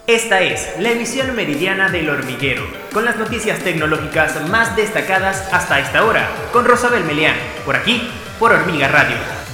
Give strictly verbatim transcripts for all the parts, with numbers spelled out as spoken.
Esta es la emisión meridiana del Hormiguero, con las noticias tecnológicas más destacadas hasta esta hora, con Rosabel Melián, por aquí, por Hormiga Radio.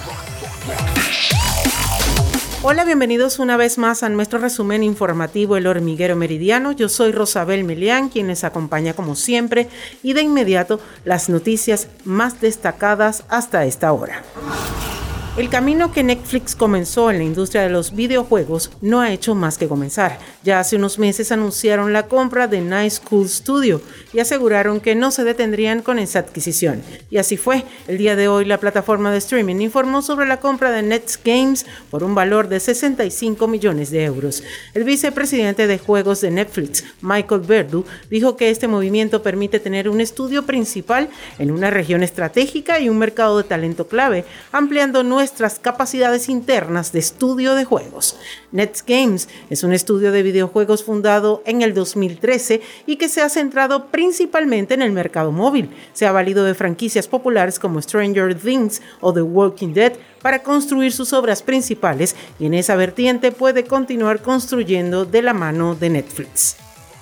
Hola, bienvenidos una vez más a nuestro resumen informativo El Hormiguero Meridiano. Yo soy Rosabel Melián, quien les acompaña como siempre, y de inmediato las noticias más destacadas hasta esta hora. El camino que Netflix comenzó en la industria de los videojuegos no ha hecho más que comenzar. Ya hace unos meses anunciaron la compra de Nice Cool Studio y aseguraron que no se detendrían con esa adquisición. Y así fue. El día de hoy la plataforma de streaming informó sobre la compra de NetGames por un valor de sesenta y cinco millones de euros. El vicepresidente de juegos de Netflix, Michael Verdu, dijo que este movimiento permite tener un estudio principal en una región estratégica y un mercado de talento clave, ampliando nuestra nuestras capacidades internas de estudio de juegos. NetGames es un estudio de videojuegos fundado en el dos mil trece y que se ha centrado principalmente en el mercado móvil. Se ha valido de franquicias populares como Stranger Things o The Walking Dead para construir sus obras principales y en esa vertiente puede continuar construyendo de la mano de Netflix.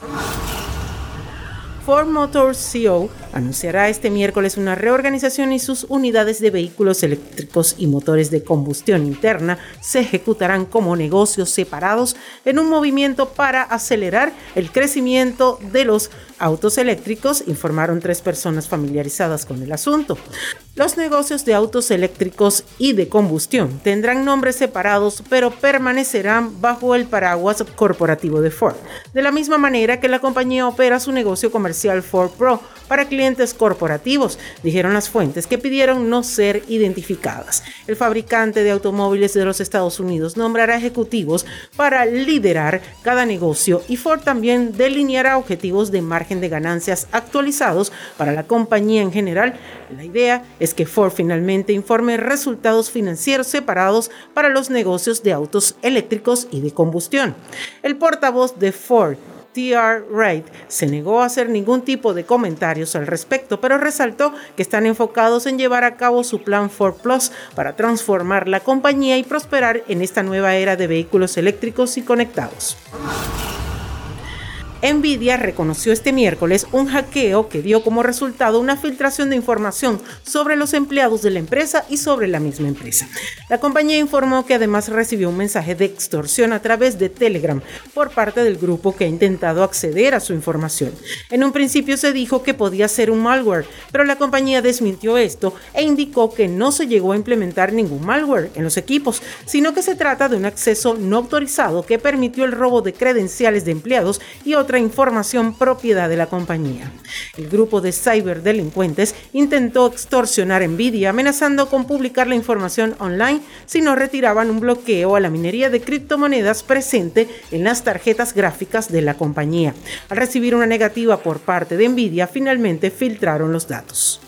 Ford Motor C E O anunciará este miércoles una reorganización y sus unidades de vehículos eléctricos y motores de combustión interna se ejecutarán como negocios separados en un movimiento para acelerar el crecimiento de los autos eléctricos, informaron tres personas familiarizadas con el asunto. Los negocios de autos eléctricos y de combustión tendrán nombres separados, pero permanecerán bajo el paraguas corporativo de Ford, de la misma manera que la compañía opera su negocio comercial Ford Pro para clientes corporativos, dijeron las fuentes que pidieron no ser identificadas. El fabricante de automóviles de los Estados Unidos nombrará ejecutivos para liderar cada negocio y Ford también delineará objetivos de margen de ganancias actualizados para la compañía en general. La idea es que Ford finalmente informe resultados financieros separados para los negocios de autos eléctricos y de combustión. El portavoz de Ford, T R Wright, se negó a hacer ningún tipo de comentarios al respecto, pero resaltó que están enfocados en llevar a cabo su plan Ford Plus para transformar la compañía y prosperar en esta nueva era de vehículos eléctricos y conectados. Nvidia reconoció este miércoles un hackeo que dio como resultado una filtración de información sobre los empleados de la empresa y sobre la misma empresa. La compañía informó que además recibió un mensaje de extorsión a través de Telegram por parte del grupo que ha intentado acceder a su información. En un principio se dijo que podía ser un malware, pero la compañía desmintió esto e indicó que no se llegó a implementar ningún malware en los equipos, sino que se trata de un acceso no autorizado que permitió el robo de credenciales de empleados y otras información propiedad de la compañía. El grupo de ciberdelincuentes intentó extorsionar Nvidia amenazando con publicar la información online si no retiraban un bloqueo a la minería de criptomonedas presente en las tarjetas gráficas de la compañía. Al recibir una negativa por parte de Nvidia, finalmente filtraron los datos.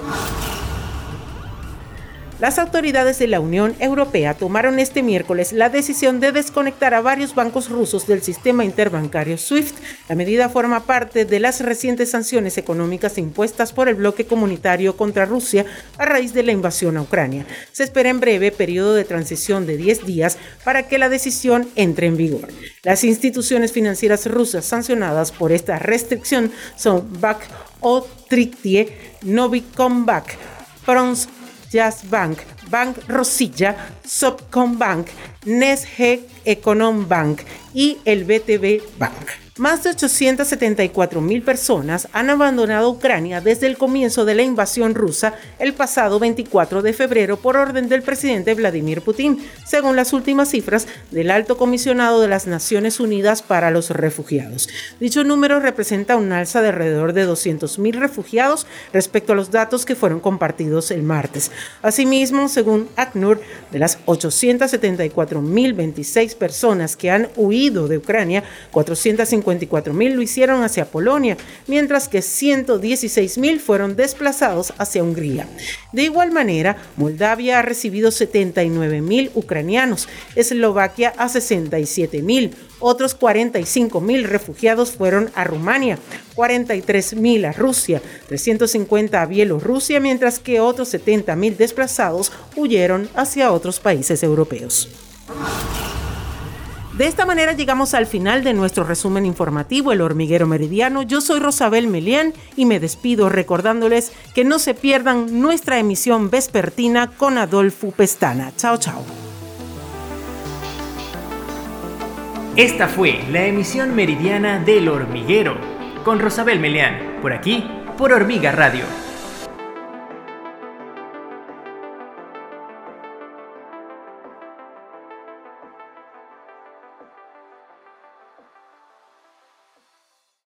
Las autoridades de la Unión Europea tomaron este miércoles la decisión de desconectar a varios bancos rusos del sistema interbancario SWIFT. La medida forma parte de las recientes sanciones económicas impuestas por el bloque comunitario contra Rusia a raíz de la invasión a Ucrania. Se espera en breve periodo de transición de diez días para que la decisión entre en vigor. Las instituciones financieras rusas sancionadas por esta restricción son Bank Otkritie, Novikombank, Prons Bank, Bank Rosilla, Sovcombank, Nesgeekonombank y el B T B Bank. Más de ochocientas setenta y cuatro mil personas han abandonado Ucrania desde el comienzo de la invasión rusa el pasado veinticuatro de febrero por orden del presidente Vladimir Putin, según las últimas cifras del Alto Comisionado de las Naciones Unidas para los Refugiados. Dicho número representa un alza de alrededor de doscientos mil refugiados respecto a los datos que fueron compartidos el martes. Asimismo, según ACNUR, de las ochocientas setenta y cuatro mil veintiséis personas que han huido de Ucrania, cuatrocientas cincuenta y cuatro mil lo hicieron hacia Polonia, mientras que ciento dieciséis mil fueron desplazados hacia Hungría. De igual manera, Moldavia ha recibido setenta y nueve mil ucranianos, Eslovaquia a sesenta y siete mil, otros cuarenta y cinco mil refugiados fueron a Rumania, cuarenta y tres mil a Rusia, trescientos cincuenta a Bielorrusia, mientras que otros setenta mil desplazados huyeron hacia otros países europeos. De esta manera llegamos al final de nuestro resumen informativo, El Hormiguero Meridiano. Yo soy Rosabel Melián y me despido recordándoles que no se pierdan nuestra emisión vespertina con Adolfo Pestana. Chao, chao. Esta fue la emisión meridiana del Hormiguero con Rosabel Melián, por aquí, por Hormiga Radio.